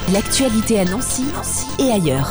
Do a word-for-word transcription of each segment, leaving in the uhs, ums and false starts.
L'actualité à Nancy, Nancy et ailleurs.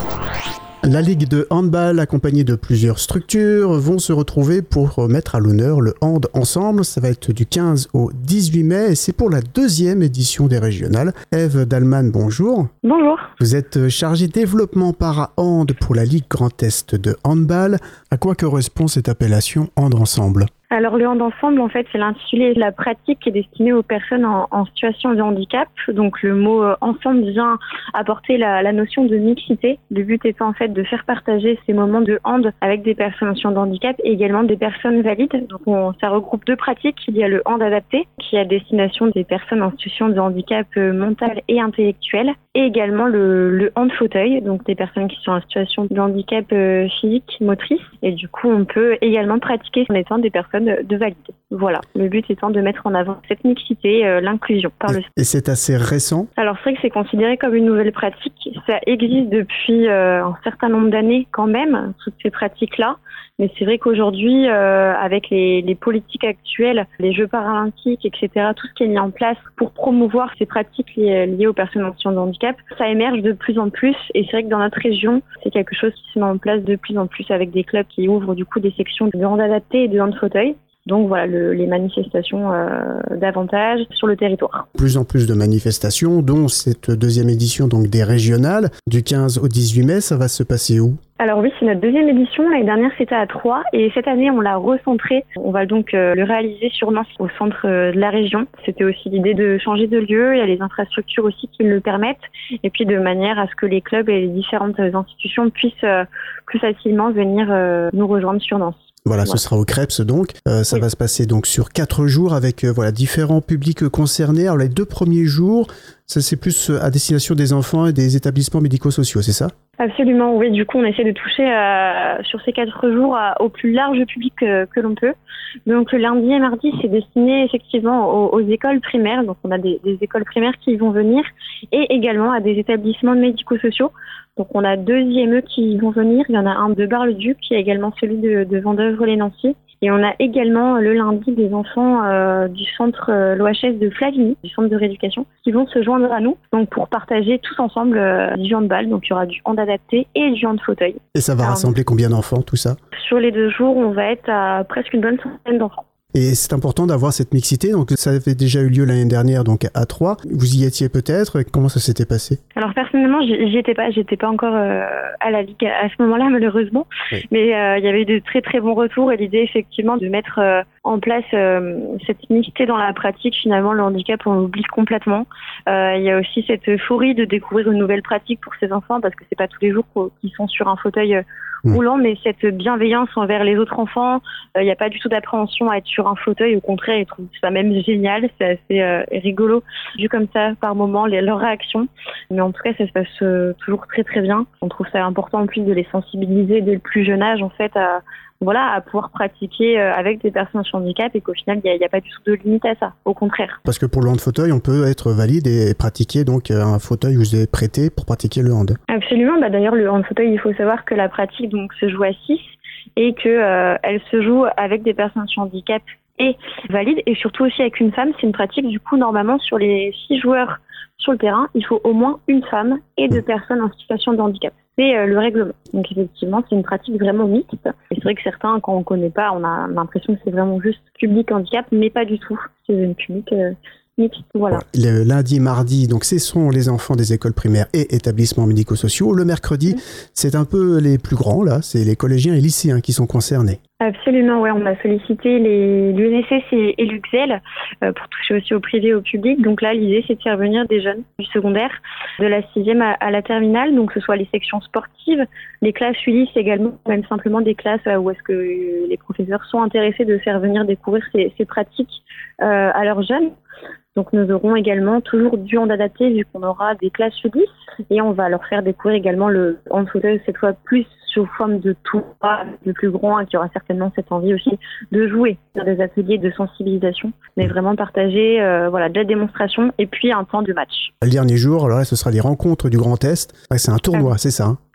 La Ligue de handball, accompagnée de plusieurs structures, vont se retrouver pour mettre à l'honneur le hand ensemble. Ça va être du quinze au dix-huit mai et c'est pour la deuxième édition des régionales. Ève Dalman, bonjour. Bonjour. Vous êtes chargée développement para-hand pour la Ligue Grand Est de handball. À quoi correspond cette appellation hand ensemble ? Alors le hand ensemble, en fait, c'est l'intitulé de la pratique qui est destinée aux personnes en, en situation de handicap. Donc le mot euh, ensemble vient apporter la, la notion de mixité. Le but étant en fait de faire partager ces moments de hand avec des personnes en situation de handicap et également des personnes valides. Donc on, ça regroupe deux pratiques. Il y a le hand adapté qui est à destination des personnes en situation de handicap euh, mental et intellectuel, et également le, le hand fauteuil, donc des personnes qui sont en situation de handicap euh, physique, motrice. Et du coup, on peut également pratiquer en étant des personnes de valides. Voilà. Le but étant de mettre en avant cette mixité, euh, l'inclusion par le sport. Et c'est assez récent ? Alors c'est vrai que c'est considéré comme une nouvelle pratique. Ça existe depuis euh, un certain nombre d'années quand même, toutes ces pratiques-là. Mais c'est vrai qu'aujourd'hui, euh, avec les, les politiques actuelles, les Jeux paralympiques, et cetera, tout ce qui est mis en place pour promouvoir ces pratiques liées, liées aux personnes en situation de handicap, ça émerge de plus en plus. Et c'est vrai que dans notre région, c'est quelque chose qui se met en place de plus en plus avec des clubs qui ouvrent du coup des sections de hand adapté et de hand fauteuil. Donc voilà, le, les manifestations euh, davantage sur le territoire. Plus en plus de manifestations, dont cette deuxième édition donc des régionales, du quinze au dix-huit mai, ça va se passer où ? Alors oui, c'est notre deuxième édition. L'année dernière, c'était à Troyes et cette année, on l'a recentré. On va donc euh, le réaliser sur Nancy, au centre euh, de la région. C'était aussi l'idée de changer de lieu. Il y a les infrastructures aussi qui le permettent. Et puis de manière à ce que les clubs et les différentes institutions puissent euh, plus facilement venir euh, nous rejoindre sur Nancy. Voilà, ce sera au Creps donc. Euh, ça oui. va se passer donc sur quatre jours avec euh, voilà différents publics concernés. Alors les deux premiers jours, ça c'est plus à destination des enfants et des établissements médico-sociaux, c'est ça ? Absolument, oui. Du coup, on essaie de toucher euh, sur ces quatre jours à, au plus large public euh, que l'on peut. Donc le lundi et mardi, c'est destiné effectivement aux, aux écoles primaires. Donc on a des, des écoles primaires qui vont venir et également à des établissements médico-sociaux. Donc on a deux I M E qui vont venir. Il y en a un de Bar-le-Duc, il y a également celui de, de Vendeuvre-les-Nancy. Et on a également le lundi des enfants euh, du centre euh, l'O H S de Flavigny, du centre de rééducation, qui vont se joindre à nous donc pour partager tous ensemble euh, du handball. Donc il y aura du hand adapté et du hand fauteuil. Et ça va Alors, rassembler combien d'enfants tout ça ? Sur les deux jours, on va être à presque une bonne centaine d'enfants. Et c'est important d'avoir cette mixité. Donc ça avait déjà eu lieu l'année dernière donc à Troyes. Vous y étiez peut-être. Comment ça s'était passé ? Alors personnellement, j'y étais pas. J'étais pas encore euh, à la Ligue à ce moment-là malheureusement. Oui. Mais euh, il y avait eu de très très bons retours et l'idée effectivement de mettre euh, en place euh, cette mixité dans la pratique. Finalement, le handicap on l'oublie complètement. Euh, il y a aussi cette euphorie de découvrir une nouvelle pratique pour ces enfants parce que c'est pas tous les jours qu'ils sont sur un fauteuil euh, roulant, mais cette bienveillance envers les autres enfants, il euh, n'y a pas du tout d'appréhension à être sur un fauteuil, au contraire, ils trouvent ça même génial, c'est assez euh, rigolo, vu comme ça par moment, les, leurs réactions, mais en tout cas ça se passe euh, toujours très très bien. On trouve ça important en plus de les sensibiliser dès le plus jeune âge en fait à voilà, à pouvoir pratiquer avec des personnes en handicap et qu'au final, il n'y a, a pas du tout de limite à ça, au contraire. Parce que pour le hand fauteuil, on peut être valide et pratiquer donc un fauteuil vous est prêté pour pratiquer le hand. Absolument, bah d'ailleurs le hand fauteuil, il faut savoir que la pratique donc se joue à six et que euh, elle se joue avec des personnes en handicap et valides et surtout aussi avec une femme. C'est une pratique du coup normalement sur les six joueurs sur le terrain, il faut au moins une femme et deux mmh. personnes en situation de handicap. C'est euh, le règlement. Donc effectivement, c'est une pratique vraiment mixte. Et c'est vrai que certains, quand on ne connaît pas, on a l'impression que c'est vraiment juste public handicap, mais pas du tout. C'est une public euh, mixte. Voilà. Le lundi, mardi, donc ce sont les enfants des écoles primaires et établissements médico-sociaux. Le mercredi, mmh. c'est un peu les plus grands, là. C'est les collégiens et lycéens qui sont concernés. Absolument, ouais. On a sollicité les, l'U N S S et, et l'U X L euh, pour toucher aussi au privé et au public. Donc là, l'idée, c'est de faire venir des jeunes du secondaire, de la sixième à, à la terminale. Donc, que ce soit les sections sportives, les classes Ulysse également, même simplement des classes euh, où est-ce que les professeurs sont intéressés de faire venir découvrir ces, ces pratiques euh, à leurs jeunes. Donc nous aurons également toujours du hand adapté vu qu'on aura des classes Ulysse et on va leur faire découvrir également le hand fauteuil cette fois plus sous forme de tournoi, le plus grand, qui aura certainement cette envie aussi de jouer, faire des ateliers de sensibilisation, mais vraiment partager euh, voilà, de la démonstration et puis un temps de match. Le dernier jour, alors là, ce sera les rencontres du Grand Est. Ouais, c'est un tournoi, ah, c'est ça hein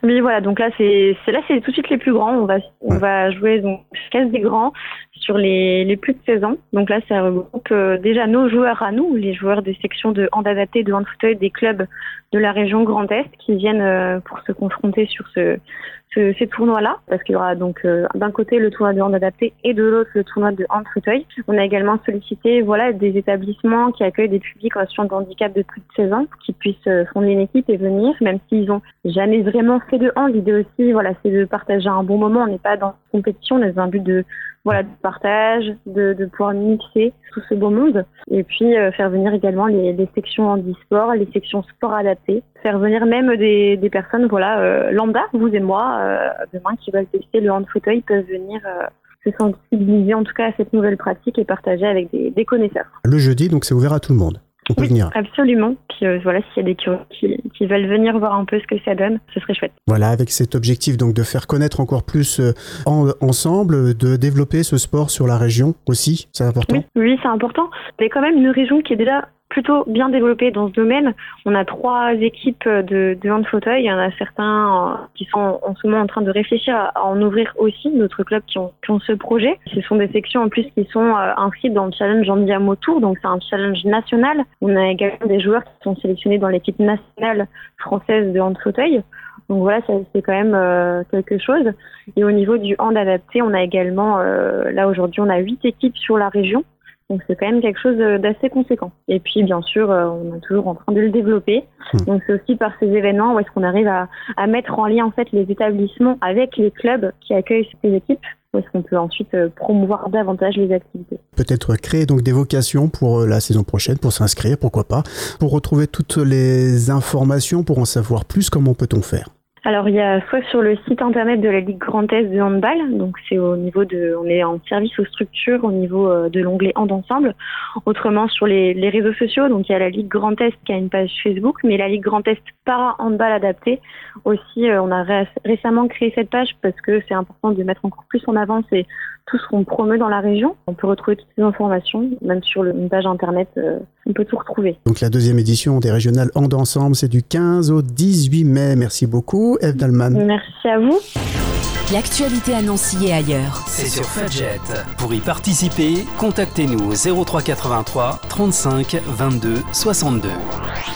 Oui, voilà, donc là, c'est, c'est là, c'est tout de suite les plus grands. On va, on ouais. va jouer donc quinze des grands sur les, les plus de seize ans. Donc là, ça regroupe euh, déjà nos joueurs à nous, les joueurs des sections de hand adapté, de hand fauteuil, des clubs de la région Grand Est qui viennent euh, pour se confronter sur ce, ce ces tournois-là, parce qu'il y aura donc euh, d'un côté le tournoi de hand adapté et de l'autre le tournoi de hand fauteuil. On a également sollicité voilà des établissements qui accueillent des publics en situation de handicap de plus de seize ans, qui puissent euh, fonder une équipe et venir, même s'ils ont jamais vraiment fait de hand. L'idée aussi, voilà, c'est de partager un bon moment. On n'est pas dans une compétition, on est dans un but de voilà de partage, de, de pouvoir mixer tout ce beau monde, et puis euh, faire venir également les, les sections handisport, les sections sport adapté, faire venir même des, des personnes voilà euh, lambda, vous et moi, euh, demain qui veulent tester le hand fauteuil peuvent venir euh, se sensibiliser en tout cas à cette nouvelle pratique et partager avec des, des connaisseurs. Le jeudi, donc c'est ouvert à tout le monde. On peut oui, venir. Absolument. Puis euh, voilà, s'il y a des curieux qui, qui veulent venir voir un peu ce que ça donne, ce serait chouette. Voilà, avec cet objectif donc de faire connaître encore plus euh, en, ensemble, de développer ce sport sur la région aussi, c'est important. Oui, oui, c'est important. C'est quand même une région qui est déjà plutôt bien développée dans ce domaine. On a trois équipes de, de hand fauteuil. Il y en a certains qui sont en ce moment en train de réfléchir à en ouvrir aussi, d'autres clubs qui ont, qui ont ce projet. Ce sont des sections en plus qui sont inscrites dans le challenge Handiamo Tour, donc c'est un challenge national. On a également des joueurs qui sont sélectionnés dans l'équipe nationale française de hand fauteuil. Donc voilà, ça, c'est quand même euh, quelque chose. Et au niveau du hand adapté, on a également, euh, là aujourd'hui, on a huit équipes sur la région. Donc c'est quand même quelque chose d'assez conséquent. Et puis bien sûr, on est toujours en train de le développer. Mmh. Donc c'est aussi par ces événements où est-ce qu'on arrive à, à mettre en lien en fait les établissements avec les clubs qui accueillent ces équipes. Où est-ce qu'on peut ensuite promouvoir davantage les activités. Peut-être créer donc des vocations pour la saison prochaine, pour s'inscrire, pourquoi pas. Pour retrouver toutes les informations, pour en savoir plus, comment peut-on faire ? Alors il y a soit sur le site internet de la Ligue Grand Est de handball, donc c'est au niveau de, on est en service aux structures au niveau de l'onglet Hand Ensemble. Autrement sur les, les réseaux sociaux, donc il y a la Ligue Grand Est qui a une page Facebook, mais la Ligue Grand Est para handball adapté aussi. On a ré- récemment créé cette page parce que c'est important de mettre encore plus en avant c'est tout ce qu'on promeut dans la région. On peut retrouver toutes ces informations, même sur le, une page internet, euh, on peut tout retrouver. Donc la deuxième édition des régionales Hand Ensemble, c'est du quinze au dix-huit mai. Merci beaucoup, Eve Dalman. Merci à vous. L'actualité à Nancy et ailleurs. C'est sur Fudget. Pour y participer, contactez-nous au zéro trois quatre-vingt-trois trente-cinq vingt-deux soixante-deux.